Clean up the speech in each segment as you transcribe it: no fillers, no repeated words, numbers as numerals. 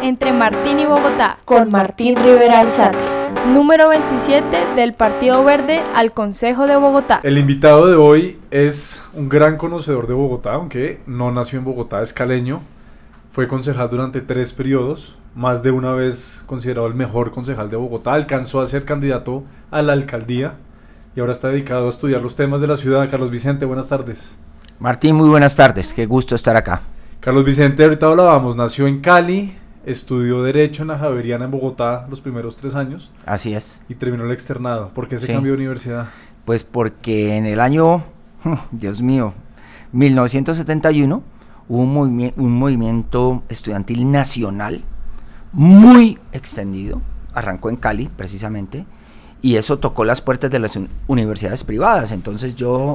entre Martín y Bogotá, con Martín Rivera Alzate, número 27 del Partido Verde al Consejo de Bogotá. El invitado de hoy es un gran conocedor de Bogotá, aunque no nació en Bogotá, es caleño. Fue concejal durante 3 periodos, más de una vez considerado el mejor concejal de Bogotá. Alcanzó a ser candidato a la alcaldía y ahora está dedicado a estudiar los temas de la ciudad. Carlos Vicente, buenas tardes. Martín, muy buenas tardes, qué gusto estar acá. Carlos Vicente, ahorita hablábamos, nació en Cali, estudió Derecho en la Javeriana en Bogotá los primeros 3 años. Así es. Y terminó el externado. ¿Por qué se cambió de universidad? Pues porque en el año, Dios mío, 1971 hubo un movimiento estudiantil nacional muy extendido, arrancó en Cali precisamente, y eso tocó las puertas de las universidades privadas. Entonces yo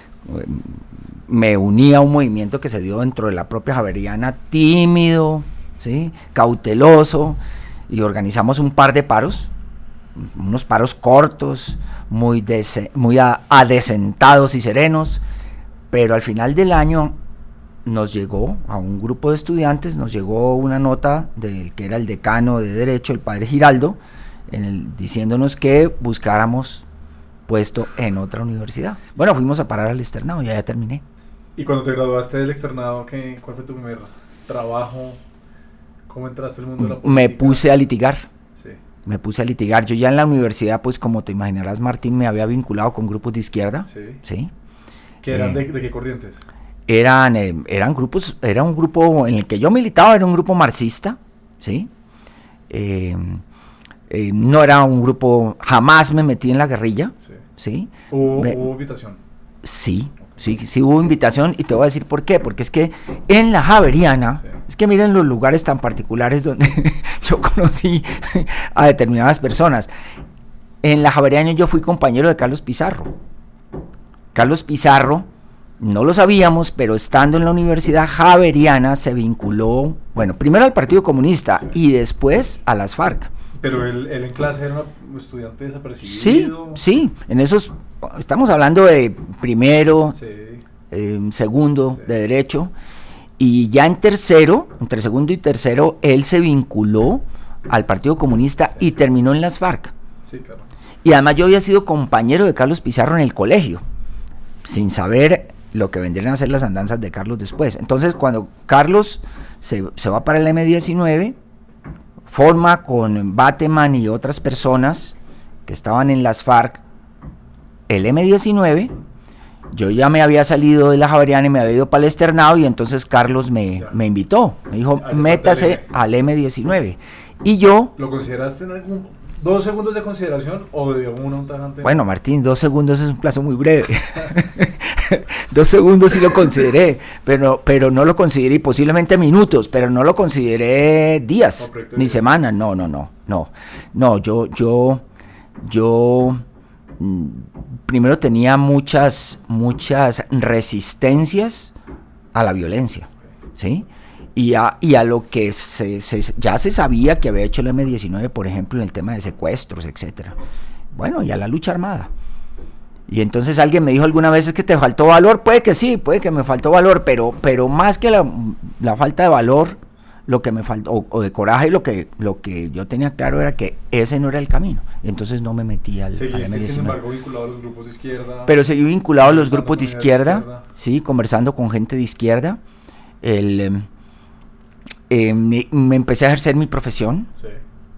me uní a un movimiento que se dio dentro de la propia Javeriana, tímido, ¿sí?, cauteloso, y organizamos un par de paros, unos paros cortos, muy adecentados y serenos, pero al final del año nos llegó a un grupo de estudiantes, nos llegó una nota del que era el decano de Derecho, el padre Giraldo, diciéndonos que buscáramos puesto en otra universidad. Bueno, fuimos a parar al externado, ya terminé. ¿Y cuando te graduaste del externado, cuál fue tu primer trabajo? ¿Cómo entraste al mundo de la política? Me puse a litigar. Sí. Me puse a litigar. Yo ya en la universidad, pues como te imaginarás, Martín, me había vinculado con grupos de izquierda. Sí. ¿Sí? ¿Que eran de qué corrientes? Eran grupos, era un grupo en el que yo militaba, era un grupo marxista, ¿sí? No era un grupo, jamás me metí en la guerrilla, ¿sí? ¿Hubo invitación? Sí, okay. Sí hubo invitación, y te voy a decir por qué, porque es que en la Javeriana, es que miren los lugares tan particulares donde yo conocí a determinadas personas. En la Javeriana yo fui compañero de Carlos Pizarro. Carlos Pizarro, no lo sabíamos, pero estando en la Universidad Javeriana se vinculó, bueno, primero al Partido Comunista y después a las FARC. Pero él en clase era un estudiante desapercibido. Sí, en esos, estamos hablando de primero, segundo de Derecho, y ya entre segundo y tercero, él se vinculó al Partido Comunista y terminó en las FARC. Sí, claro. Y además yo había sido compañero de Carlos Pizarro en el colegio, sin saber lo que vendrían a ser las andanzas de Carlos después. Entonces, cuando Carlos se va para el M19, forma con Bateman y otras personas que estaban en las FARC el M19, yo ya me había salido de la Javeriana y me había ido para el externado, y entonces Carlos me invitó, me dijo, métase al M19. Y yo... ¿Lo consideraste en algún 2 segundos de consideración o de un tajante? Bueno, Martín, 2 segundos es un plazo muy breve. 2 segundos sí lo consideré, pero no lo consideré, y posiblemente minutos, pero no lo consideré días, ni semanas, no, yo primero tenía muchas resistencias a la violencia, ¿sí? Y a lo que ya se sabía que había hecho el M19, por ejemplo, en el tema de secuestros, etcétera. Bueno, y a la lucha armada. Y entonces alguien me dijo alguna vez, ¿es que te faltó valor? Puede que sí, puede que me faltó valor, pero más que la falta de valor, lo que me faltó, o de coraje, lo que yo tenía claro era que ese no era el camino. Y entonces no me metí al M19. Sin embargo, vinculado a los grupos de izquierda. Pero seguí vinculado a los grupos de izquierda, sí, conversando con gente de izquierda. Me empecé a ejercer mi profesión. Sí.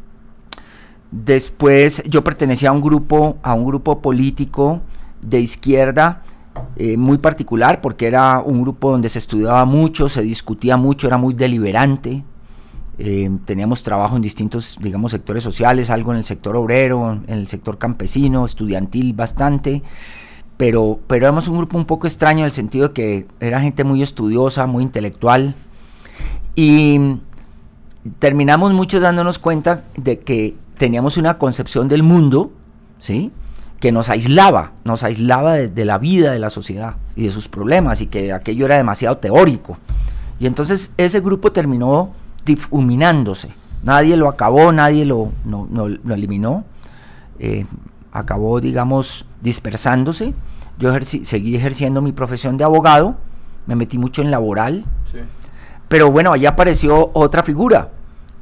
Después yo pertenecía a un grupo político de izquierda muy particular, porque era un grupo donde se estudiaba mucho, se discutía mucho, era muy deliberante. Teníamos trabajo en distintos, digamos, sectores sociales, algo en el sector obrero, en el sector campesino, estudiantil bastante, pero éramos un grupo un poco extraño en el sentido de que era gente muy estudiosa, muy intelectual, y terminamos muchos dándonos cuenta de que teníamos una concepción del mundo, ¿sí?, que nos aislaba de la vida de la sociedad y de sus problemas, y que aquello era demasiado teórico. Y entonces ese grupo terminó difuminándose. Nadie lo acabó, nadie lo eliminó. Acabó, digamos, dispersándose. Yo seguí ejerciendo mi profesión de abogado, me metí mucho en laboral. Sí. Pero bueno, ahí apareció otra figura,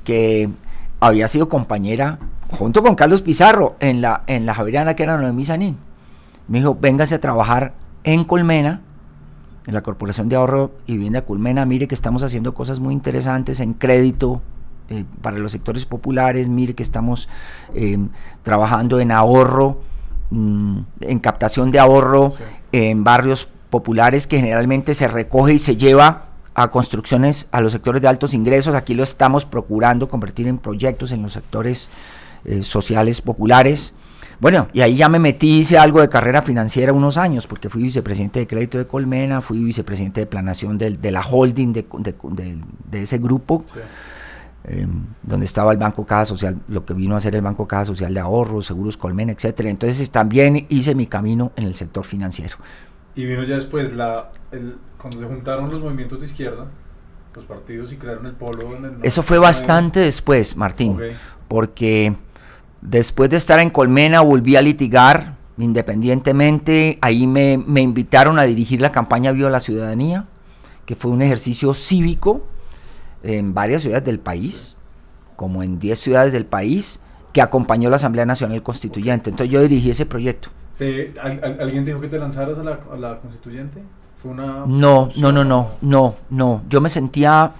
que había sido compañera junto con Carlos Pizarro en la Javeriana, que era Noemí Sanín. Me dijo, véngase a trabajar en Colmena, en la Corporación de Ahorro y Vivienda Colmena. Mire que estamos haciendo cosas muy interesantes en crédito para los sectores populares. Mire que estamos trabajando en ahorro, en captación de ahorro, sí, en barrios populares, que generalmente se recoge y se lleva a construcciones a los sectores de altos ingresos. Aquí lo estamos procurando convertir en proyectos en los sectores sociales populares. Bueno, y ahí ya me metí, hice algo de carrera financiera unos años, porque fui vicepresidente de crédito de Colmena, fui vicepresidente de planación de la holding de ese grupo, sí, donde estaba el Banco Caja Social, lo que vino a ser el Banco Caja Social de Ahorros, Seguros Colmena, etcétera. Entonces también hice mi camino en el sector financiero. Y vino ya después, cuando se juntaron los movimientos de izquierda, los partidos, y crearon el polo en el... Eso fue bastante después, Martín, okay, porque después de estar en Colmena volví a litigar independientemente. Ahí me invitaron a dirigir la campaña Viva la Ciudadanía, que fue un ejercicio cívico en varias ciudades del país, como en 10 ciudades del país, que acompañó la Asamblea Nacional Constituyente. Entonces yo dirigí ese proyecto. ¿Alguien te dijo que te lanzaras a la Constituyente? ¿Fue una No. Yo me sentía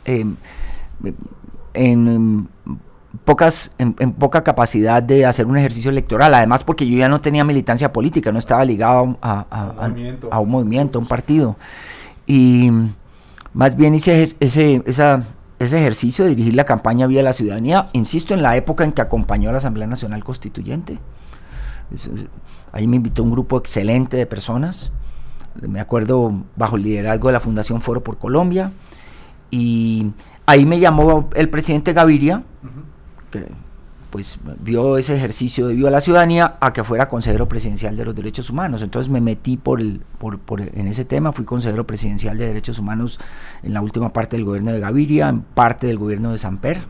en poca capacidad de hacer un ejercicio electoral, además porque yo ya no tenía militancia política, no estaba ligado a un movimiento, a un partido, y más bien hice ese ejercicio de dirigir la campaña Vía la Ciudadanía, insisto, en la época en que acompañó a la Asamblea Nacional Constituyente. Ahí me invitó un grupo excelente de personas, me acuerdo, bajo el liderazgo de la Fundación Foro por Colombia, y ahí me llamó el presidente Gaviria, que pues vio ese ejercicio de Viva la Ciudadanía, a que fuera consejero presidencial de los derechos humanos. Entonces me metí en ese tema, fui consejero presidencial de derechos humanos en la última parte del gobierno de Gaviria, en parte del gobierno de Samper,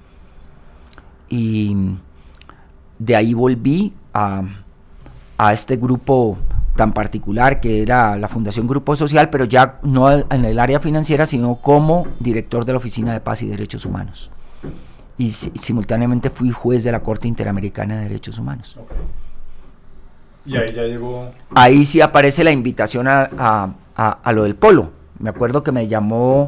y de ahí volví a este grupo tan particular que era la Fundación Grupo Social, pero ya no en el área financiera, sino como director de la Oficina de Paz y Derechos Humanos. Y simultáneamente fui juez de la Corte Interamericana de Derechos Humanos. Okay. Y ahí ya llegó... Ahí sí aparece la invitación a lo del polo. Me acuerdo que me llamó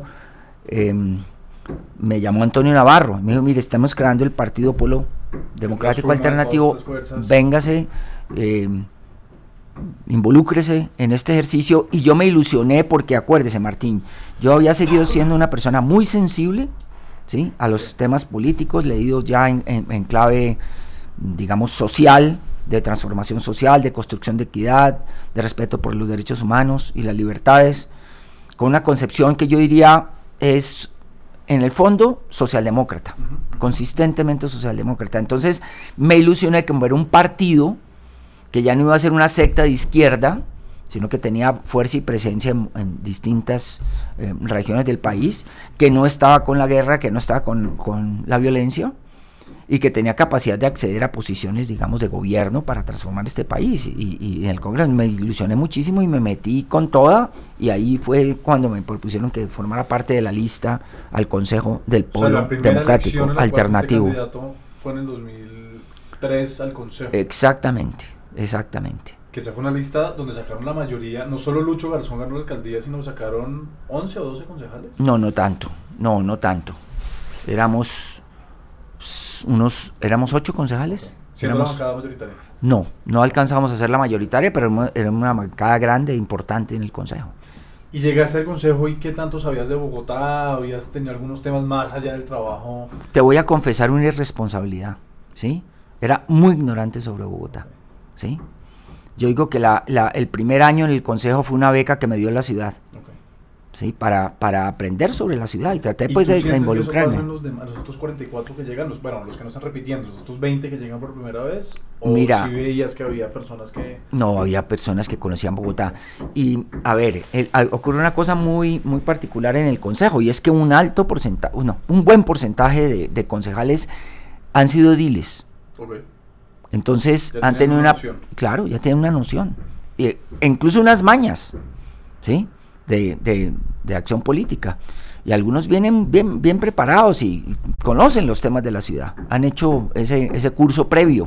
Antonio Navarro. Me dijo, mire, estamos creando el Partido Polo Democrático Alternativo, véngase, involúcrese en este ejercicio. Y yo me ilusioné porque, acuérdese, Martín, yo había seguido siendo una persona muy sensible, ¿sí?, a los temas políticos, leídos ya en clave, digamos, social, de transformación social, de construcción de equidad, de respeto por los derechos humanos y las libertades, con una concepción que yo diría es, en el fondo, socialdemócrata, consistentemente socialdemócrata. Entonces me ilusioné con ver un partido que ya no iba a ser una secta de izquierda, sino que tenía fuerza y presencia en distintas regiones del país, que no estaba con la guerra, que no estaba con la violencia, y que tenía capacidad de acceder a posiciones, digamos, de gobierno para transformar este país. Y en el Congreso me ilusioné muchísimo y me metí con toda, y ahí fue cuando me propusieron que formara parte de la lista al Consejo del Polo Democrático Alternativo. Este candidato fue en el 2003 al Consejo. Exactamente. Que esa fue una lista donde sacaron la mayoría, no solo Lucho Garzón ganó la alcaldía, sino sacaron 11 o 12 concejales. No tanto. Éramos 8 concejales. ¿Siendo la bancada mayoritaria? No alcanzábamos a ser la mayoritaria, pero era una bancada grande e importante en el consejo. ¿Y llegaste al consejo y qué tanto sabías de Bogotá? ¿Habías tenido algunos temas más allá del trabajo? Te voy a confesar una irresponsabilidad, ¿sí? Era muy ignorante sobre Bogotá, ¿sí? Yo digo que el primer año en el consejo fue una beca que me dio la ciudad, ¿sí? Para aprender sobre la ciudad, y traté pues de involucrarme. ¿Y tú sientes que eso pasa en los otros 44 que llegan, los que no están repitiendo, los otros 20 que llegan por primera vez? ¿O mira, si veías que había personas que...? No, había personas que conocían Bogotá. Y a ver, ocurre una cosa muy, muy particular en el consejo, y es que un buen porcentaje de concejales han sido ediles. Okay. Entonces han tenido una claro, ya tienen una noción, incluso unas mañas, ¿sí?, de acción política. Y algunos vienen bien preparados y conocen los temas de la ciudad, han hecho ese curso previo.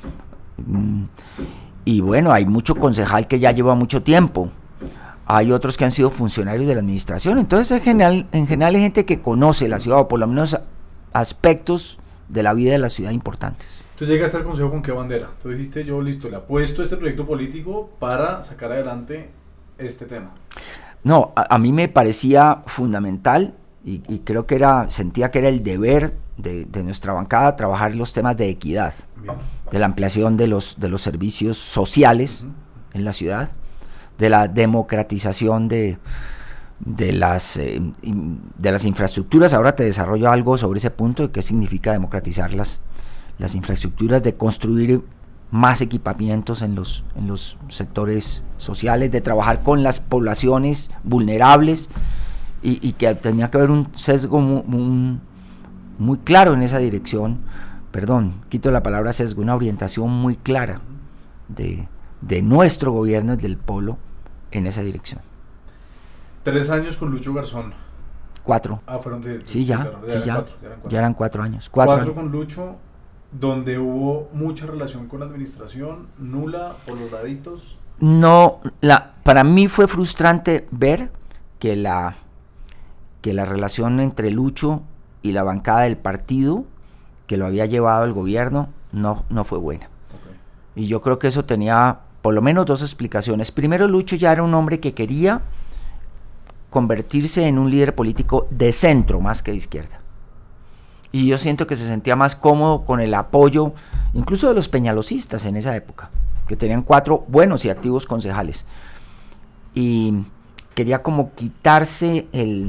Y bueno, hay mucho concejal que ya lleva mucho tiempo, hay otros que han sido funcionarios de la administración, entonces en general hay gente que conoce la ciudad, o por lo menos aspectos de la vida de la ciudad importantes. Tú llegaste al consejo con qué bandera. Tú dijiste, yo listo, le apuesto a este proyecto político para sacar adelante este tema. No, a mí me parecía fundamental y creo que sentía que era el deber de nuestra bancada trabajar los temas de equidad, bien, de la ampliación de los servicios sociales en la ciudad, de la democratización de las infraestructuras. Ahora te desarrollo algo sobre ese punto de qué significa democratizar las infraestructuras, de construir más equipamientos en los sectores sociales, de trabajar con las poblaciones vulnerables y que tenía que haber un sesgo muy claro en esa dirección, quito la palabra sesgo, una orientación muy clara de nuestro gobierno, del polo, en esa dirección. 3 años con Lucho Garzón. 4. Fueron ya eran 4 años. 4 con Lucho, donde hubo mucha relación con la administración, nula, por los laditos. No, para mí fue frustrante ver que la relación entre Lucho y la bancada del partido que lo había llevado el gobierno no fue buena. Okay. Y yo creo que eso tenía por lo menos 2 explicaciones. Primero, Lucho ya era un hombre que quería convertirse en un líder político de centro más que de izquierda. Y yo siento que se sentía más cómodo con el apoyo, incluso de los peñalosistas en esa época, que tenían 4 buenos y activos concejales. Y quería como quitarse el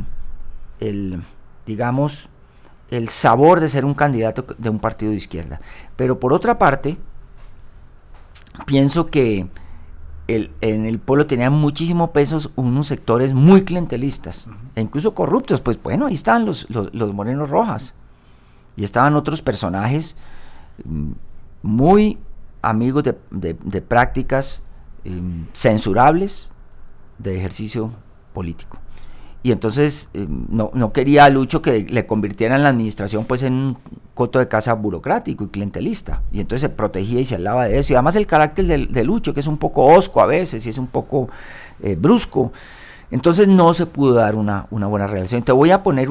sabor de ser un candidato de un partido de izquierda. Pero por otra parte, pienso que en el pueblo tenían muchísimo peso unos sectores muy clientelistas, e incluso corruptos. Pues bueno, ahí estaban los Morenos Rojas, y estaban otros personajes muy amigos de prácticas censurables de ejercicio político. Y entonces no quería a Lucho que le convirtieran la administración pues en un coto de casa burocrático y clientelista. Y entonces se protegía y se hablaba de eso. Y además el carácter de Lucho, que es un poco hosco a veces y es un poco brusco. Entonces no se pudo dar una buena relación. Te voy a poner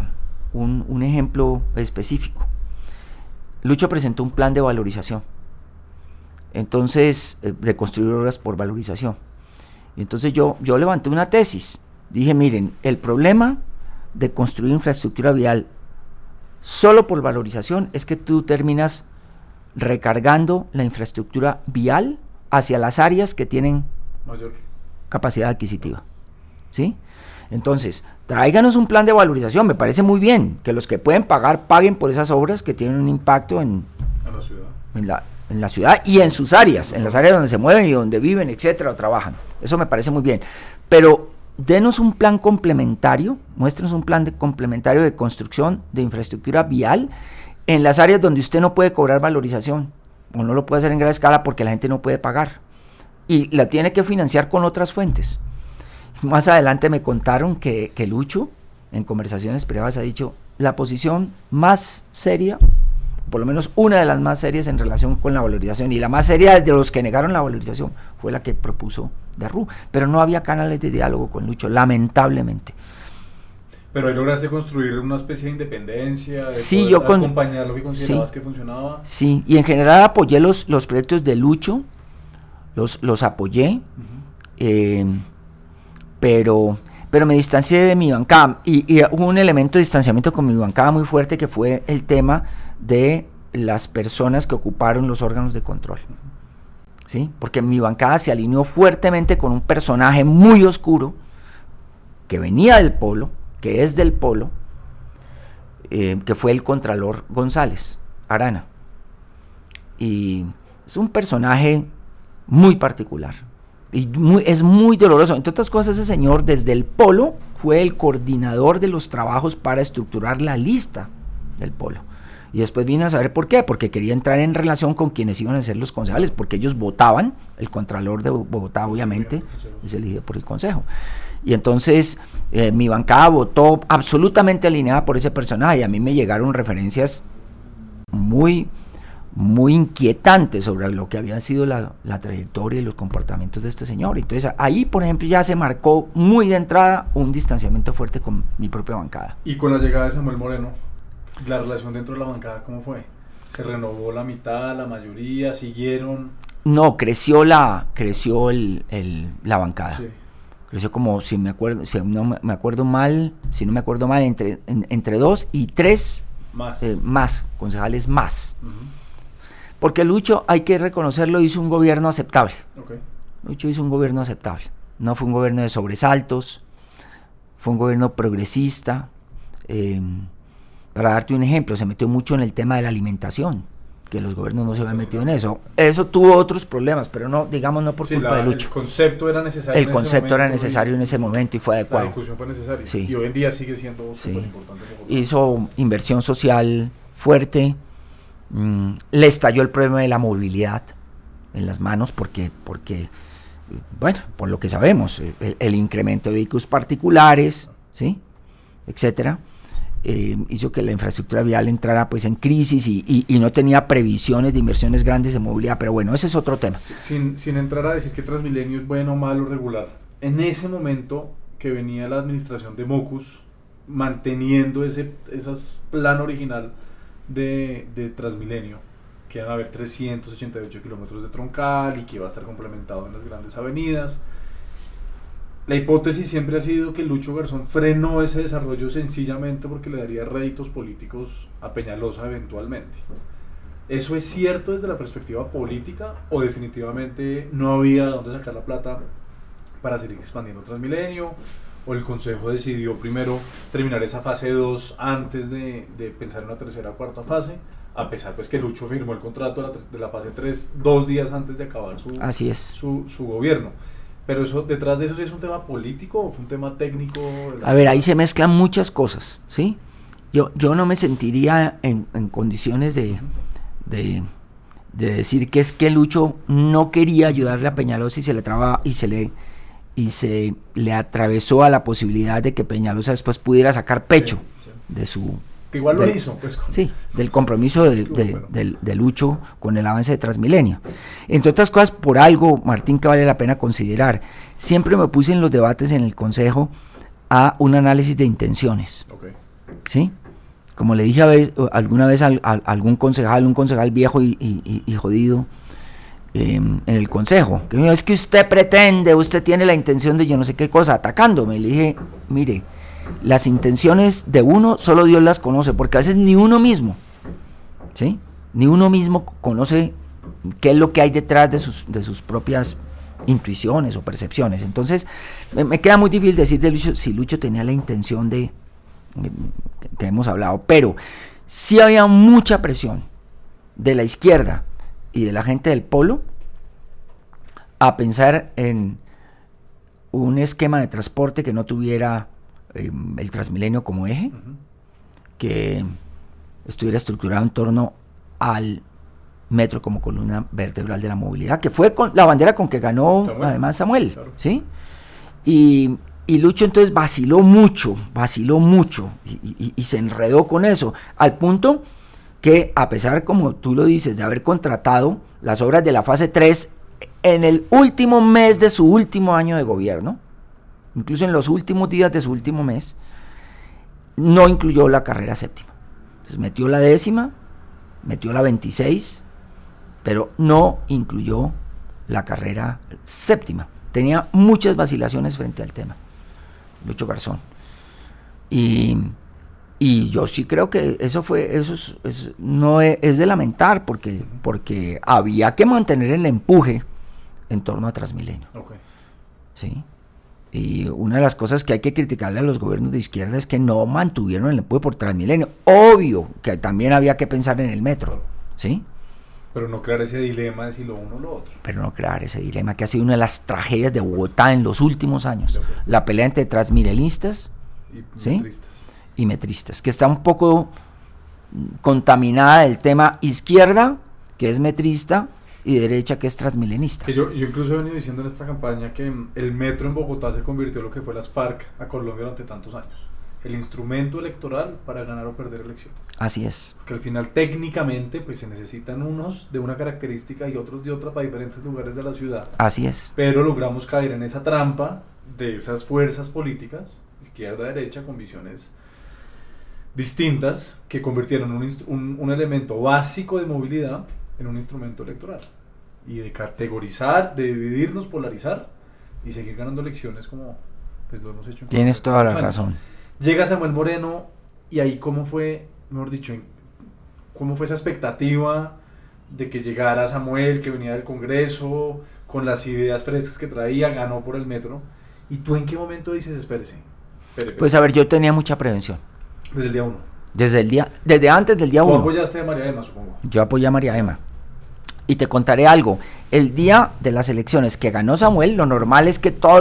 un ejemplo específico. Lucho presentó un plan de valorización. Entonces, de construir obras por valorización. Y entonces yo levanté una tesis. Dije, miren, el problema de construir infraestructura vial solo por valorización es que tú terminas recargando la infraestructura vial hacia las áreas que tienen mayor capacidad adquisitiva, ¿sí? Entonces, tráiganos un plan de valorización, me parece muy bien que los que pueden pagar, paguen por esas obras que tienen un impacto en la ciudad y en sus áreas, en las áreas donde se mueven y donde viven, etcétera, o trabajan. Eso me parece muy bien, pero denos un plan complementario, muéstrenos un plan complementario de construcción de infraestructura vial en las áreas donde usted no puede cobrar valorización o no lo puede hacer en gran escala porque la gente no puede pagar y la tiene que financiar con otras fuentes. Más adelante me contaron que Lucho en conversaciones privadas ha dicho la posición más seria, por lo menos una de las más serias en relación con la valorización, y la más seria de los que negaron la valorización fue la que propuso Darrú, pero no había canales de diálogo con Lucho, lamentablemente. Pero ahí lograste construir una especie de independencia, de sí, poder acompañar lo que considerabas que funcionaba. Sí, y en general apoyé los proyectos de Lucho, los apoyé, pero me distancié de mi bancada, y hubo un elemento de distanciamiento con mi bancada muy fuerte, que fue el tema de las personas que ocuparon los órganos de control. ¿Sí? Porque mi bancada se alineó fuertemente con un personaje muy oscuro que venía del polo, que es del polo, que fue el contralor González Arana. Y es un personaje muy particular y es muy doloroso. Entre otras cosas, ese señor desde el polo fue el coordinador de los trabajos para estructurar la lista del polo. Y después vine a saber por qué, porque quería entrar en relación con quienes iban a ser los concejales, porque ellos votaban, el contralor de Bogotá obviamente es elegido por el consejo. Y entonces mi bancada votó absolutamente alineada por ese personaje, y a mí me llegaron referencias muy inquietantes sobre lo que había sido la trayectoria y los comportamientos de este señor. Entonces ahí, por ejemplo, ya se marcó muy de entrada un distanciamiento fuerte con mi propia bancada. Y con la llegada de Samuel Moreno, la relación dentro de la bancada, ¿cómo fue? ¿Se renovó la mitad, la mayoría, siguieron? No, creció la bancada. Sí. Creció como, si no me acuerdo mal, entre 2 y 3 más concejales más. Uh-huh. Porque Lucho, hay que reconocerlo, hizo un gobierno aceptable. Okay. Lucho hizo un gobierno aceptable. No fue un gobierno de sobresaltos, fue un gobierno progresista. Para darte un ejemplo, se metió mucho en el tema de la alimentación, que los gobiernos no se habían metido en eso. Eso tuvo otros problemas, pero no por culpa de Lucho. El concepto era necesario. El concepto era necesario en ese momento y fue adecuado. La discusión fue necesaria. Sí. Y hoy en día sigue siendo súper importante. Hizo inversión social fuerte. Le estalló el problema de la movilidad en las manos porque bueno, por lo que sabemos, el incremento de vehículos particulares, ¿sí?, etcétera, hizo que la infraestructura vial entrara pues en crisis y no tenía previsiones de inversiones grandes en movilidad, pero bueno, ese es otro tema. Sin entrar a decir que Transmilenio es bueno, malo, regular, en ese momento que venía la administración de Mocus manteniendo ese plan original de Transmilenio, que iban a haber 388 kilómetros de troncal y que iba a estar complementado en las grandes avenidas. La hipótesis siempre ha sido que Lucho Garzón frenó ese desarrollo sencillamente porque le daría réditos políticos a Peñalosa eventualmente. ¿Eso es cierto desde la perspectiva política o definitivamente no había dónde sacar la plata para seguir expandiendo Transmilenio? ¿O el Consejo decidió primero terminar esa fase 2 antes de pensar en una tercera o cuarta fase? A pesar pues que Lucho firmó el contrato de la fase 3 2 días antes de acabar su gobierno. Pero eso, detrás de eso, ¿sí es un tema político o fue un tema técnico? A ver, ahí se mezclan muchas cosas, ¿sí? Yo no me sentiría en condiciones de decir que es que Lucho no quería ayudarle a Peñalosa y se le traba y se le atravesó a la posibilidad de que Peñalosa después pudiera sacar pecho de su... Que igual lo hizo. Pues, del compromiso de Lucho con el avance de Transmilenio. Entre otras cosas, por algo, Martín, que vale la pena considerar, siempre me puse en los debates en el Consejo a un análisis de intenciones. Okay. ¿Sí? Como le dije alguna vez a algún concejal, un concejal viejo y jodido, en el Consejo, que me dijo, es que usted tiene la intención de yo no sé qué cosa, atacándome. Le dije, mire, las intenciones de uno solo Dios las conoce, porque a veces ni uno mismo, ¿sí?, ni uno mismo conoce qué es lo que hay detrás de sus propias intuiciones o percepciones. Entonces me queda muy difícil decir de Lucho si Lucho tenía la intención de que hemos hablado, pero sí había mucha presión de la izquierda y de la gente del polo a pensar en un esquema de transporte que no tuviera el Transmilenio como eje, uh-huh, que estuviera estructurado en torno al metro como columna vertebral de la movilidad, que fue con la bandera con que ganó además Samuel, claro. ¿Sí? Y Lucho entonces vaciló mucho y se enredó con eso, al punto que, a pesar, como tú lo dices, de haber contratado las obras de la fase 3 en el último mes de su último año de gobierno, incluso en los últimos días de su último mes, no incluyó la carrera séptima. Entonces metió la 10ª, metió la 26, pero no incluyó la carrera séptima. Tenía muchas vacilaciones frente al tema, Lucho Garzón. Y yo sí creo que eso no es de lamentar, porque había que mantener el empuje en torno a Transmilenio. Okay. ¿Sí? Y una de las cosas que hay que criticarle a los gobiernos de izquierda es que no mantuvieron el empuje por Transmilenio. Obvio que también había que pensar en el metro, ¿sí? Pero no crear ese dilema de si lo uno o lo otro. Pero no crear ese dilema que ha sido una de las tragedias de Bogotá en los últimos años. La pelea entre transmilenistas, ¿sí?, y metristas, que está un poco contaminada del tema izquierda, que es metrista, y derecha que es transmilenista. Que yo incluso he venido diciendo en esta campaña que el metro en Bogotá se convirtió en lo que fue las FARC a Colombia durante tantos años. El instrumento electoral para ganar o perder elecciones. Así es. Porque al final técnicamente pues se necesitan unos de una característica y otros de otra para diferentes lugares de la ciudad. Así es. Pero logramos caer en esa trampa de esas fuerzas políticas, izquierda, derecha, con visiones distintas, que convirtieron un elemento básico de movilidad en un instrumento electoral. Y de categorizar, de dividirnos, polarizar y seguir ganando elecciones como pues lo hemos hecho. Tienes toda la razón. Llega Samuel Moreno y ahí cómo fue, mejor dicho, cómo fue esa expectativa de que llegara Samuel, que venía del Congreso, con las ideas frescas que traía, ganó por el metro. ¿Y tú en qué momento dices, espérese? Pues a ver, yo tenía mucha prevención. Desde el día 1. Desde antes del día 1. ¿Tú apoyaste a María Emma, supongo? Yo apoyé a María Emma. Y te contaré algo. El día de las elecciones que ganó Samuel, lo normal es que toda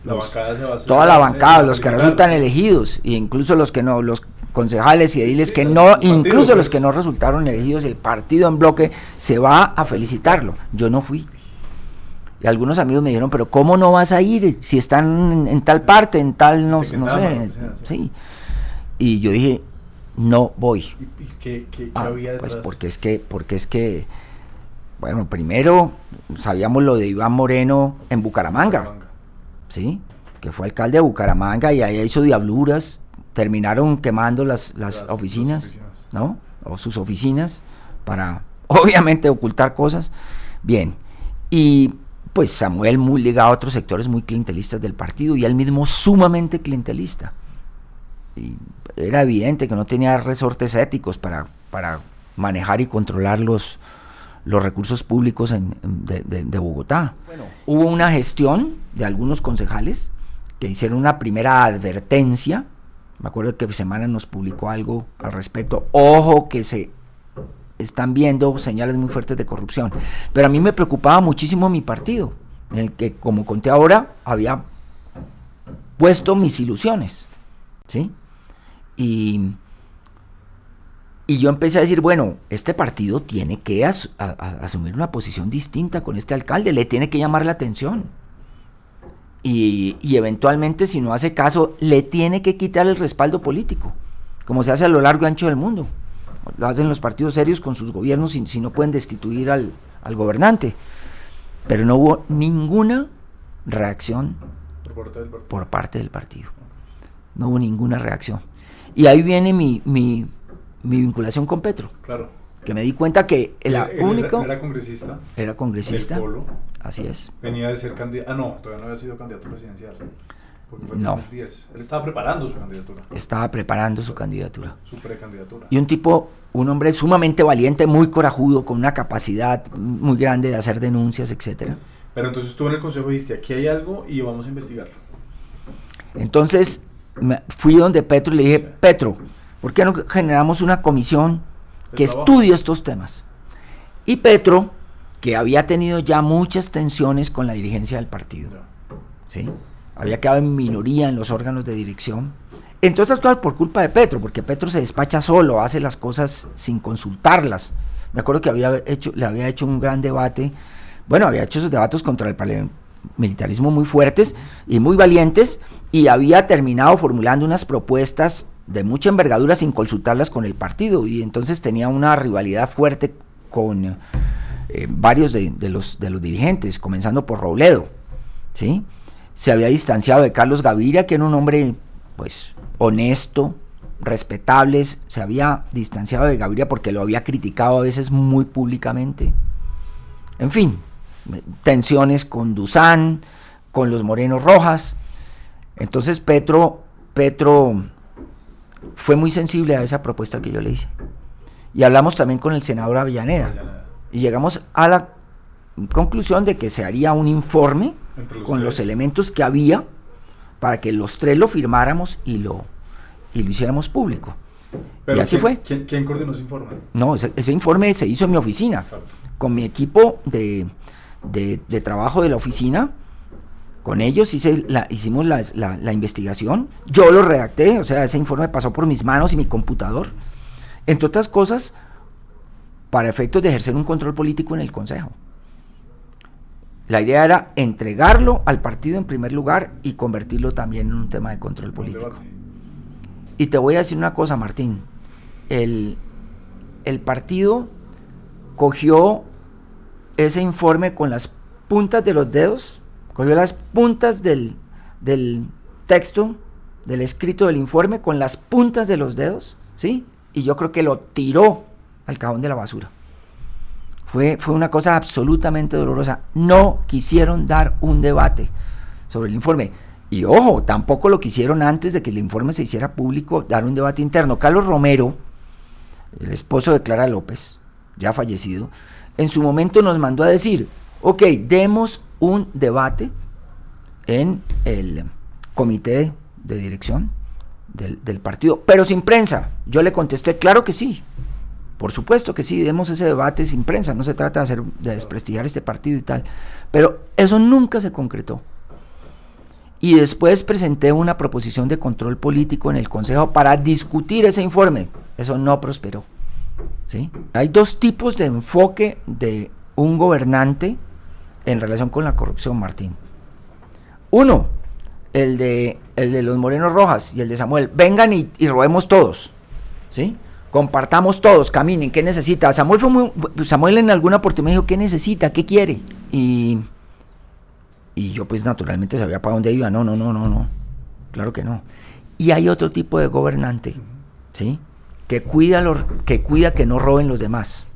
la bancada, los que resultan elegidos, e incluso los que no, los concejales y ediles que no, incluso los que no resultaron elegidos, el partido en bloque se va a felicitarlo. Yo no fui. Y algunos amigos me dijeron, pero ¿cómo no vas a ir si están en tal parte, en tal, no sé? Sí. Y yo dije, no voy. ¿Y qué había detrás? Pues porque es que bueno, primero sabíamos lo de Iván Moreno en Bucaramanga, ¿sí? Que fue alcalde de Bucaramanga y ahí hizo diabluras, terminaron quemando las oficinas, ¿no? O sus oficinas para, obviamente, ocultar cosas. Bien, y pues Samuel muy ligado a otros sectores muy clientelistas del partido y él mismo sumamente clientelista. Y era evidente que no tenía resortes éticos para manejar y controlar los recursos públicos de Bogotá. Bueno, hubo una gestión de algunos concejales que hicieron una primera advertencia. Me acuerdo que Semana nos publicó algo al respecto. Ojo que se están viendo señales muy fuertes de corrupción. Pero a mí me preocupaba muchísimo mi partido, en el que, como conté ahora, había puesto mis ilusiones, ¿sí? Y yo empecé a decir, bueno, este partido tiene que asumir una posición distinta con este alcalde, le tiene que llamar la atención. Y eventualmente, si no hace caso, le tiene que quitar el respaldo político, como se hace a lo largo y ancho del mundo. Lo hacen los partidos serios con sus gobiernos si no pueden destituir al gobernante. Pero no hubo ninguna reacción por parte del partido. No hubo ninguna reacción. Y ahí viene mi vinculación con Petro. Claro. Que me di cuenta que era congresista. Era congresista. Del Polo. Así es. Venía de ser candidato. No, todavía no había sido candidato presidencial. Porque fue en No. 2010. Él estaba preparando su candidatura. Estaba preparando su candidatura. Su precandidatura. Y un hombre sumamente valiente, muy corajudo, con una capacidad muy grande de hacer denuncias, etcétera. Pero entonces tú en el consejo dijiste, aquí hay algo y vamos a investigarlo. Entonces fui donde Petro y le dije, Petro, ¿por qué no generamos una comisión que estudie estos temas? Y Petro, que había tenido ya muchas tensiones con la dirigencia del partido, ¿sí? Había quedado en minoría en los órganos de dirección, entre otras cosas por culpa de Petro, porque Petro se despacha solo, hace las cosas sin consultarlas. Me acuerdo que le había hecho un gran debate, bueno, había hecho esos debates contra el paramilitarismo muy fuertes y muy valientes, y había terminado formulando unas propuestas de mucha envergadura sin consultarlas con el partido, y entonces tenía una rivalidad fuerte con varios de los dirigentes, comenzando por Robledo, ¿sí? Se había distanciado de Carlos Gaviria, que era un hombre pues honesto, respetable, se había distanciado de Gaviria porque lo había criticado a veces muy públicamente. En fin, tensiones con Duzán, con los Morenos Rojas. Entonces Petro fue muy sensible a esa propuesta que yo le hice. Y hablamos también con el senador Avellaneda. Y llegamos a la conclusión de que se haría un informe con los elementos que había para que los tres lo firmáramos y lo hiciéramos público. Pero y así fue. ¿Quién coordinó ese informe? No, ese informe se hizo en mi oficina. Exacto. Con mi equipo de trabajo de la oficina. Con ellos hicimos la investigación. Yo lo redacté, o sea, ese informe pasó por mis manos y mi computador. Entre otras cosas, para efectos de ejercer un control político en el Consejo. La idea era entregarlo al partido en primer lugar y convertirlo también en un tema de control político. Y te voy a decir una cosa, Martín. El partido cogió ese informe con las puntas de los dedos, cogió las puntas del texto, del escrito del informe con las puntas de los dedos, ¿sí? Y yo creo que lo tiró al cajón de la basura. Fue una cosa absolutamente dolorosa. No quisieron dar un debate sobre el informe. Y ojo, tampoco lo quisieron antes de que el informe se hiciera público, dar un debate interno. Carlos Romero, el esposo de Clara López, ya fallecido, en su momento nos mandó a decir, ok, demos un debate en el comité de dirección del partido, pero sin prensa. Yo le contesté, claro que sí. Por supuesto que sí, demos ese debate sin prensa, no se trata de desprestigiar este partido y tal, pero eso nunca se concretó. Y después presenté una proposición de control político en el Consejo para discutir ese informe, eso no prosperó, ¿sí? Hay dos tipos de enfoque de un gobernante en relación con la corrupción, Martín. Uno, el de los Moreno Rojas y el de Samuel, vengan y robemos todos, ¿sí? Compartamos todos, caminen, ¿qué necesita? Samuel en alguna oportunidad me dijo, ¿qué necesita? ¿Qué quiere? Y yo pues naturalmente sabía para dónde iba. No, claro que no. Y hay otro tipo de gobernante, ¿sí? Que cuida que no roben los demás,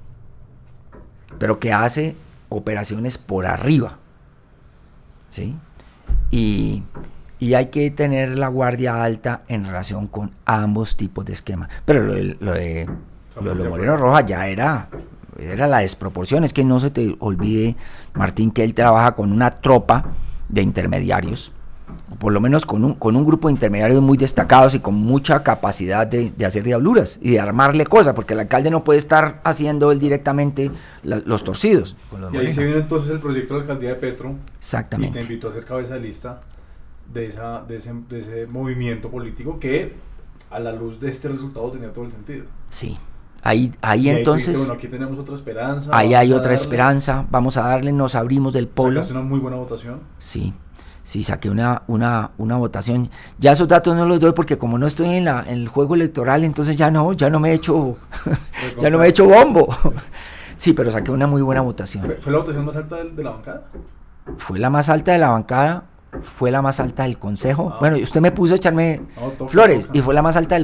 pero que hace operaciones por arriba, ¿sí? Y hay que tener la guardia alta en relación con ambos tipos de esquema. Pero lo de Moreno Rojas ya era la desproporción. Es que no se te olvide, Martín, que él trabaja con una tropa de intermediarios, o por lo menos con un grupo de intermediarios muy destacados y con mucha capacidad de hacer diabluras y de armarle cosas, porque el alcalde no puede estar haciendo él directamente los torcidos. Y ahí se vino entonces el proyecto de la alcaldía de Petro. Exactamente. Y te invitó a ser cabeza de lista de ese movimiento político que a la luz de este resultado tenía todo el sentido. Sí, ahí entonces dijiste, bueno, aquí tenemos otra esperanza, ahí hay otra esperanza, vamos a darle, nos abrimos del polo. ¿Sacaste una muy buena votación? Sí, saqué una votación. Ya esos datos no los doy porque como no estoy en el juego electoral, entonces ya no me he hecho ya no me he hecho bombo. Sí, pero saqué una muy buena votación. ¿Fue la votación más alta de la bancada? Fue la más alta de la bancada. Fue la más alta del consejo. Bueno, usted me puso a echarme flores. Y fue la más alta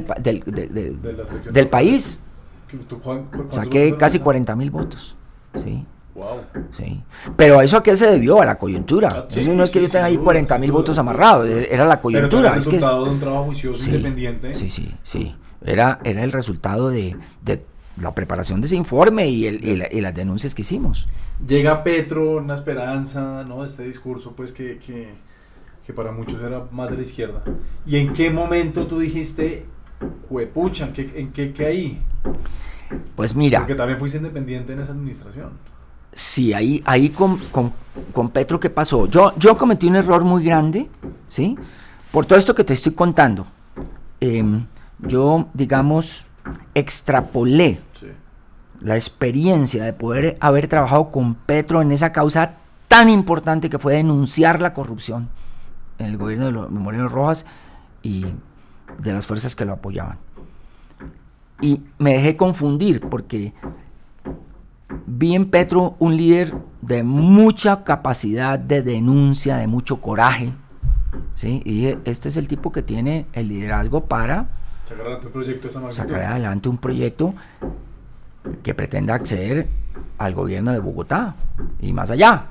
del país. Saqué casi 40,000 votos. Sí. Wow. Sí. Pero ¿eso a qué se debió? A la coyuntura. Sí, eso no es que yo tenga ahí 40,000 votos amarrados. Era la coyuntura. Pero es el resultado de un trabajo juicioso, independiente. Sí. Era el resultado de la preparación de ese informe y las denuncias que hicimos. Llega Petro, una esperanza, ¿no? Este discurso, pues, que para muchos era más de la izquierda. ¿Y en qué momento tú dijiste, juepucha, en qué caí? Pues mira. Porque también fuiste independiente en esa administración. Sí, ahí con Petro, ¿qué pasó? Yo cometí un error muy grande, ¿sí? Por todo esto que te estoy contando. Yo, digamos, extrapolé la experiencia de poder haber trabajado con Petro en esa causa tan importante que fue denunciar la corrupción en el gobierno de Moreno Rojas y de las fuerzas que lo apoyaban. Y me dejé confundir porque vi en Petro un líder de mucha capacidad de denuncia, de mucho coraje, ¿sí? Y dije, este es el tipo que tiene el liderazgo para sacar adelante un proyecto que pretenda acceder al gobierno de Bogotá y más allá.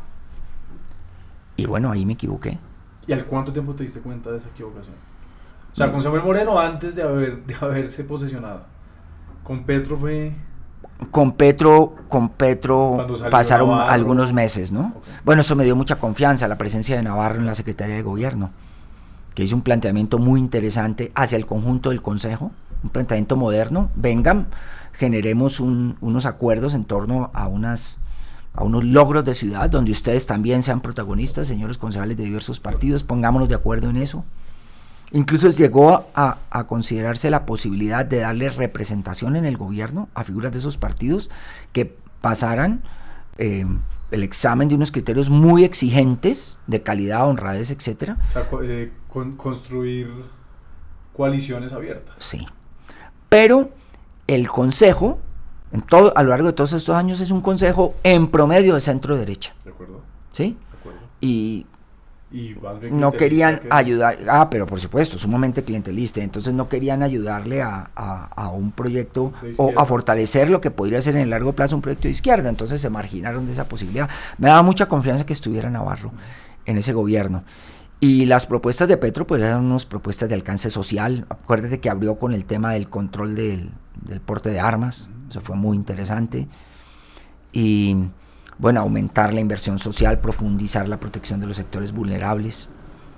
Y bueno, ahí me equivoqué. ¿Y al cuánto tiempo te diste cuenta de esa equivocación? O sea, con Samuel Moreno antes de haberse posesionado. Con Petro fue... Con Petro pasaron Navarro, algunos meses, ¿no? Okay. Bueno, eso me dio mucha confianza, la presencia de Navarro en la Secretaría de Gobierno, que hizo un planteamiento muy interesante hacia el conjunto del Consejo, un planteamiento moderno. Vengan, generemos unos acuerdos en torno a unos logros de ciudad, donde ustedes también sean protagonistas, señores concejales de diversos partidos, pongámonos de acuerdo en eso. Incluso llegó a considerarse la posibilidad de darle representación en el gobierno a figuras de esos partidos que pasaran el examen de unos criterios muy exigentes de calidad, honradez, etcétera. O sea, construir coaliciones abiertas. Sí. Pero el consejo, a lo largo de todos estos años, es un consejo en promedio de centro derecha. ¿De acuerdo? ¿Sí? De acuerdo. Y más bien no querían que... ayudar, pero por supuesto, sumamente clientelista, entonces no querían ayudarle a un proyecto o a fortalecer lo que podría ser en el largo plazo un proyecto de izquierda, entonces se marginaron de esa posibilidad. Me daba mucha confianza que estuviera Navarro en ese gobierno. Y las propuestas de Petro pues eran unas propuestas de alcance social. Acuérdate que abrió con el tema del control del porte de armas, eso fue muy interesante. Y bueno, aumentar la inversión social, profundizar la protección de los sectores vulnerables,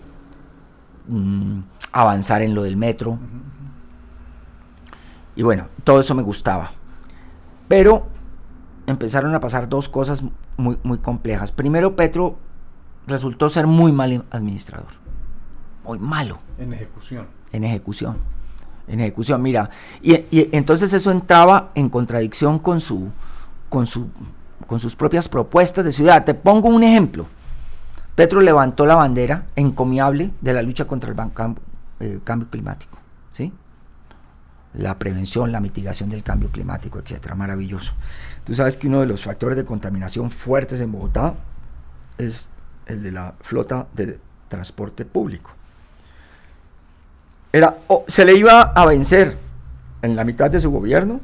avanzar en lo del metro. Y bueno, todo eso me gustaba. Pero empezaron a pasar dos cosas muy, muy complejas. Primero, Petro resultó ser muy mal administrador. Muy malo. En ejecución. En ejecución, mira. Y entonces eso entraba en contradicción con sus propias propuestas de ciudad. Te pongo un ejemplo. Petro levantó la bandera encomiable de la lucha contra el cambio climático, ¿sí? La prevención, la mitigación del cambio climático, etcétera, maravilloso. Tú sabes que uno de los factores de contaminación fuertes en Bogotá es el de la flota de transporte público. Se le iba a vencer en la mitad de su gobierno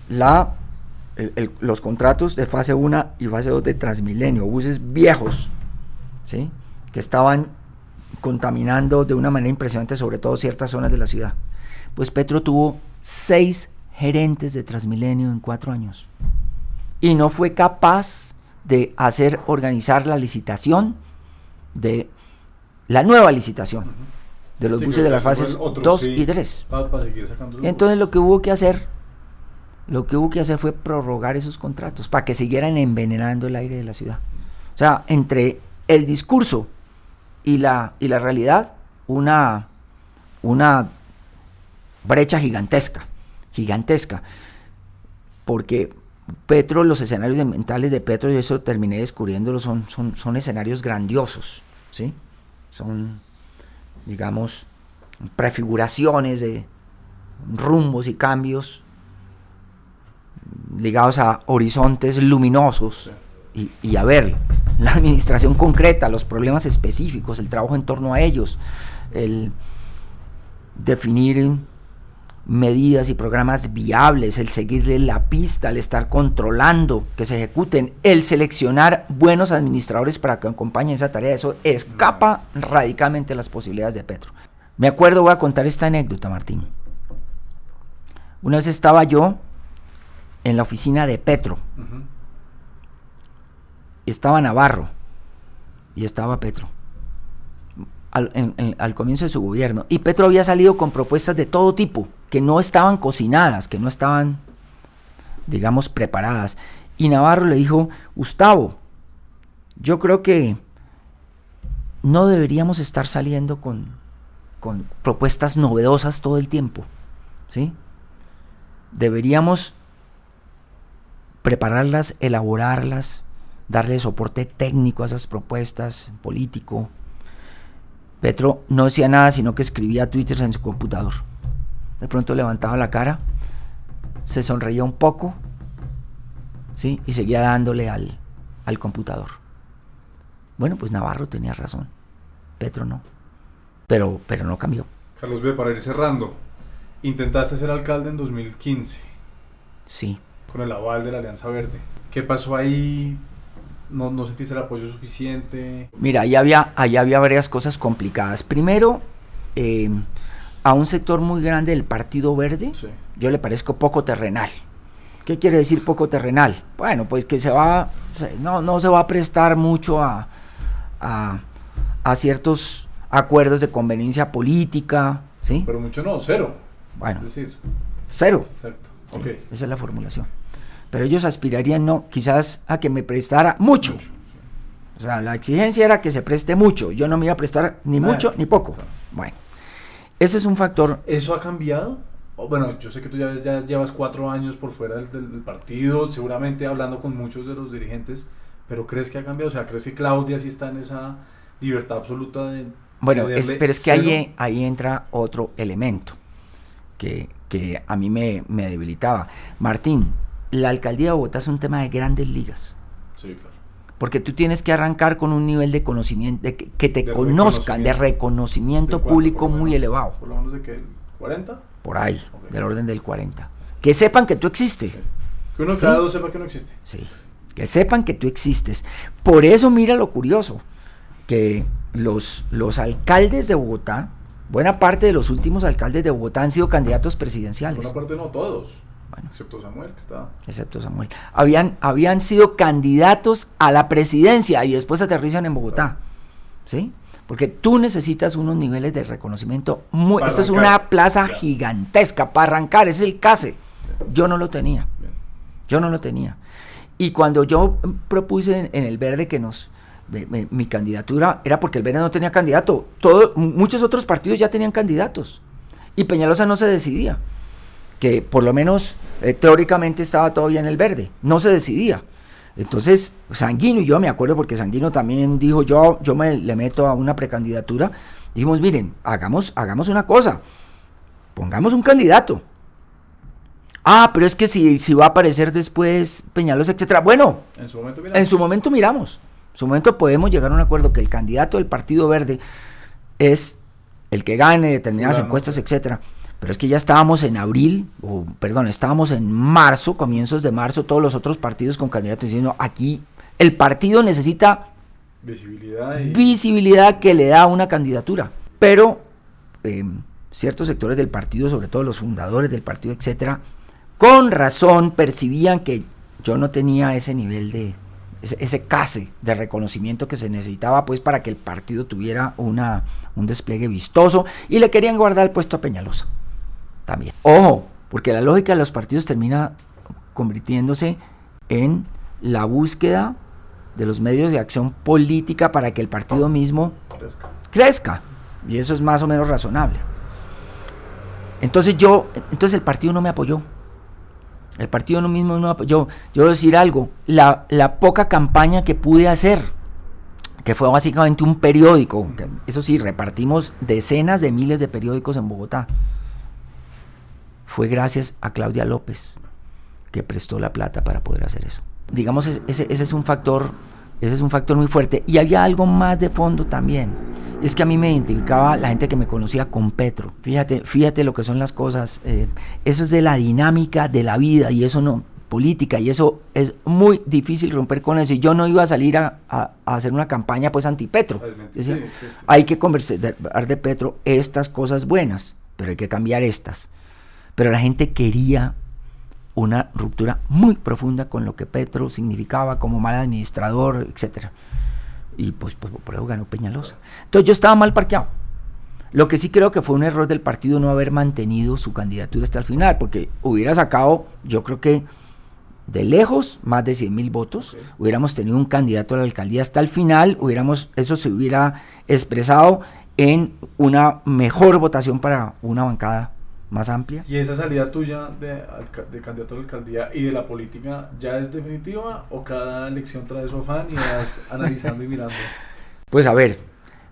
los contratos de fase 1 y fase 2 de Transmilenio, buses viejos, ¿sí? Que estaban contaminando de una manera impresionante, sobre todo ciertas zonas de la ciudad. Pues Petro tuvo 6 gerentes de Transmilenio en 4 años y no fue capaz de organizar la licitación de la nueva licitación de los buses de las fases 2 y 3. Para seguir sacando. Entonces lo que hubo que hacer fue prorrogar esos contratos para que siguieran envenenando el aire de la ciudad. O sea, entre el discurso y la realidad, una brecha gigantesca, porque Petro, los escenarios mentales de Petro, y eso terminé descubriéndolo, son escenarios grandiosos, ¿sí? Son, digamos, prefiguraciones de rumbos y cambios ligados a horizontes luminosos, y a ver la administración concreta, los problemas específicos, el trabajo en torno a ellos, el definir medidas y programas viables, el seguirle la pista, el estar controlando que se ejecuten, el seleccionar buenos administradores para que acompañen esa tarea. Eso escapa radicalmente a las posibilidades de Petro. Me acuerdo, voy a contar esta anécdota, Martín. Una vez estaba yo en la oficina de Petro. Estaba Navarro y estaba Petro al comienzo de su gobierno, y Petro había salido con propuestas de todo tipo que no estaban cocinadas, que no estaban, digamos, preparadas, y Navarro le dijo: Gustavo, yo creo que no deberíamos estar saliendo con propuestas novedosas todo el tiempo, ¿sí? Deberíamos prepararlas, elaborarlas, darle soporte técnico a esas propuestas, político. Petro no decía nada, sino que escribía Twitter en su computador. De pronto levantaba la cara, se sonreía un poco, ¿sí? Y seguía dándole al computador. Bueno, pues Navarro tenía razón, Petro no. Pero no cambió. Carlos B., para ir cerrando, intentaste ser alcalde en 2015. Sí. Con el aval de la Alianza Verde. ¿Qué pasó ahí? ¿No sentiste el apoyo suficiente? Mira, ahí había varias cosas complicadas. Primero, a un sector muy grande del Partido Verde, sí, yo le parezco poco terrenal. ¿Qué quiere decir poco terrenal? Bueno, pues que no se va a prestar mucho a ciertos acuerdos de conveniencia política, ¿sí? Pero mucho no, cero. Bueno, es decir, cero. Exacto. Sí, okay. Esa es la formulación. Pero ellos aspirarían quizás a que me prestara mucho. O sea, la exigencia era que se preste mucho. Yo no me iba a prestar ni mucho ni poco. Bueno, ese es un factor. ¿Eso ha cambiado? Bueno, yo sé que tú ya llevas 4 años por fuera del partido, seguramente hablando con muchos de los dirigentes, pero ¿crees que ha cambiado? O sea, ¿crees que Claudia sí está en esa libertad absoluta de... Bueno, pero es que ahí entra otro elemento que a mí me debilitaba. Martín, la alcaldía de Bogotá es un tema de grandes ligas. Sí, claro. Porque tú tienes que arrancar con un nivel de conocimiento, que te conozcan, de reconocimiento público muy elevado. ¿Por lo menos de qué? ¿40? Por ahí, Okay. del orden del 40. Que sepan que tú existes. Okay. Que uno cada dos sepa que no existe. Sí, que sepan que tú existes. Por eso mira lo curioso, que los alcaldes de Bogotá, buena parte de los últimos alcaldes de Bogotá han sido candidatos presidenciales. Buena parte no, todos. Bueno, excepto Samuel, que está... Excepto Samuel. Habían sido candidatos a la presidencia y después aterrizan en Bogotá. ¿Sí? Porque tú necesitas unos niveles de reconocimiento muy... Esto es una plaza gigantesca para arrancar, es el CASE. Yo no lo tenía. Yo no lo tenía. Y cuando yo propuse en el Verde que mi candidatura, era porque el Verde no tenía candidato. Muchos otros partidos ya tenían candidatos. Y Peñalosa no se decidía. Que por lo menos teóricamente estaba todavía en el Verde, no se decidía. Entonces Sanguino y yo, me acuerdo porque Sanguino también dijo, yo le meto a una precandidatura, dijimos, miren, hagamos una cosa, pongamos un candidato. Pero es que si va a aparecer después Peñalosa, etcétera. Bueno, en su momento miramos, en su momento podemos llegar a un acuerdo que el candidato del Partido Verde es el que gane determinadas encuestas, etcétera. Pero es que ya estábamos en estábamos en marzo, comienzos de marzo, todos los otros partidos con candidatos diciendo, aquí el partido necesita visibilidad que le da una candidatura. Pero ciertos sectores del partido, sobre todo los fundadores del partido, etcétera, con razón percibían que yo no tenía ese nivel ese case de reconocimiento que se necesitaba pues para que el partido tuviera un despliegue vistoso, y le querían guardar el puesto a Peñalosa. También. Ojo, porque la lógica de los partidos termina convirtiéndose en la búsqueda de los medios de acción política para que el partido mismo crezca. Y eso es más o menos razonable. Entonces el partido no me apoyó. El partido mismo no me apoyó. Yo voy a decir algo, la poca campaña que pude hacer, que fue básicamente un periódico, eso sí, repartimos decenas de miles de periódicos en Bogotá, fue gracias a Claudia López, que prestó la plata para poder hacer eso. Digamos, ese es un factor muy fuerte. Y había algo más de fondo también. Es que a mí me identificaba la gente que me conocía con Petro. Fíjate lo que son las cosas. Eso es de la dinámica de la vida, y eso no, política, y eso es muy difícil romper con eso. Y yo no iba a salir a hacer una campaña pues anti-Petro. Sí. Hay que conversar de Petro estas cosas buenas, pero hay que cambiar estas. Pero la gente quería una ruptura muy profunda con lo que Petro significaba como mal administrador, etcétera. Y pues por eso ganó Peñalosa. Entonces yo estaba mal parqueado. Lo que sí creo que fue un error del partido no haber mantenido su candidatura hasta el final, porque hubiera sacado, yo creo que de lejos, más de 100,000 votos, hubiéramos tenido un candidato a la alcaldía hasta el final, eso se hubiera expresado en una mejor votación para una bancada más amplia. ¿Y esa salida tuya de candidato a la alcaldía y de la política ya es definitiva, o cada elección trae su afán y vas analizando y mirando? Pues a ver,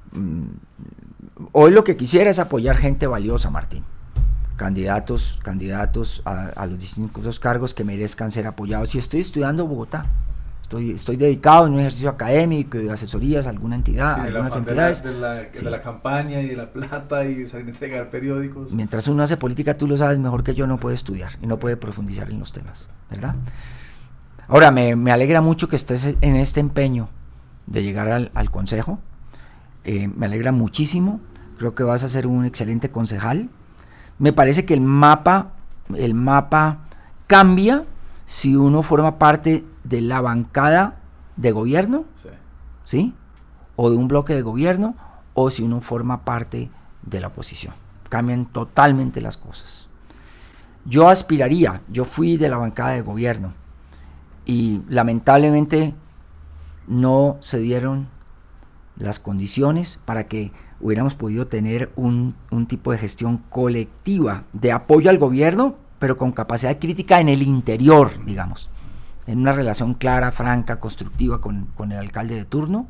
hoy lo que quisiera es apoyar gente valiosa, Martín. Candidatos a los distintos cargos que merezcan ser apoyados. Y estoy estudiando Bogotá. Estoy dedicado en un ejercicio académico, de asesorías a alguna entidad, algunas entidades. De la campaña y de la plata y de salir a entregar periódicos. Mientras uno hace política, tú lo sabes mejor que yo, no puede estudiar y no puede profundizar en los temas, ¿verdad? Ahora, me alegra mucho que estés en este empeño de llegar al consejo. Me alegra muchísimo. Creo que vas a ser un excelente concejal. Me parece que el mapa cambia si uno forma parte de la bancada de gobierno, ¿sí? O de un bloque de gobierno, o si uno forma parte de la oposición. Cambian totalmente las cosas. Yo fui de la bancada de gobierno, y lamentablemente no se dieron las condiciones para que hubiéramos podido tener un tipo de gestión colectiva de apoyo al gobierno, pero con capacidad crítica en el interior, digamos. en una relación clara, franca, constructiva con el alcalde de turno,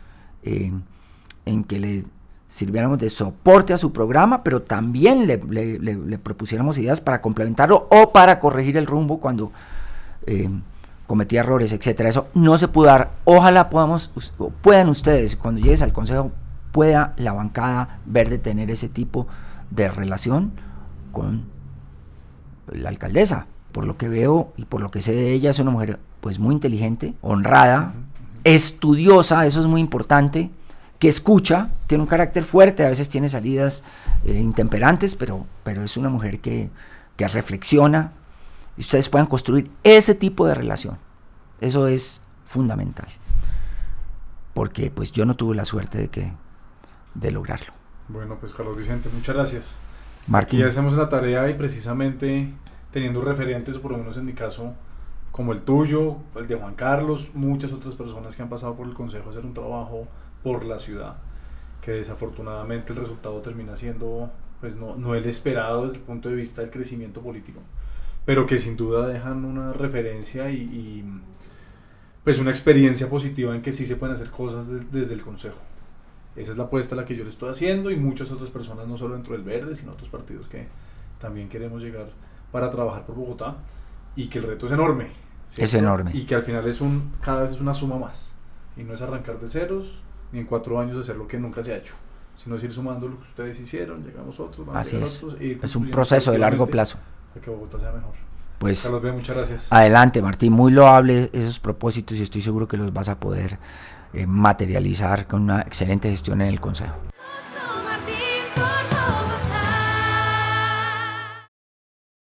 en que le sirviéramos de soporte a su programa, pero también le propusiéramos ideas para complementarlo o para corregir el rumbo cuando cometía errores, etcétera. Eso no se pudo dar. Ojalá puedan ustedes, cuando llegues al consejo, pueda la bancada verde tener ese tipo de relación con la alcaldesa. Por lo que veo y por lo que sé de ella, es una mujer pues muy inteligente, honrada, estudiosa, eso es muy importante, que escucha, tiene un carácter fuerte, a veces tiene salidas intemperantes, pero es una mujer que reflexiona, y ustedes puedan construir ese tipo de relación. Eso es fundamental, porque pues yo no tuve la suerte de lograrlo. Bueno, pues Carlos Vicente, muchas gracias. Martín. Aquí hacemos la tarea y precisamente teniendo referentes, o por lo menos en mi caso, como el tuyo, el de Juan Carlos, muchas otras personas que han pasado por el consejo a hacer un trabajo por la ciudad, que desafortunadamente el resultado termina siendo pues no el esperado desde el punto de vista del crecimiento político, pero que sin duda dejan una referencia y pues una experiencia positiva en que sí se pueden hacer cosas desde el consejo. Esa es la apuesta a la que yo le estoy haciendo, y muchas otras personas, no solo dentro del Verde, sino otros partidos que también queremos llegar para trabajar por Bogotá, y que el reto es enorme, ¿cierto? Es enorme. Y que al final cada vez es una suma más, y no es arrancar de ceros, ni en 4 años hacer lo que nunca se ha hecho, sino es ir sumando lo que ustedes hicieron, llegamos otros, así es. Otros, es un proceso de largo plazo. Para que Bogotá sea mejor. Pues, Carlos B., muchas gracias. Adelante, Martín, muy loable esos propósitos, y estoy seguro que los vas a poder materializar con una excelente gestión en el consejo.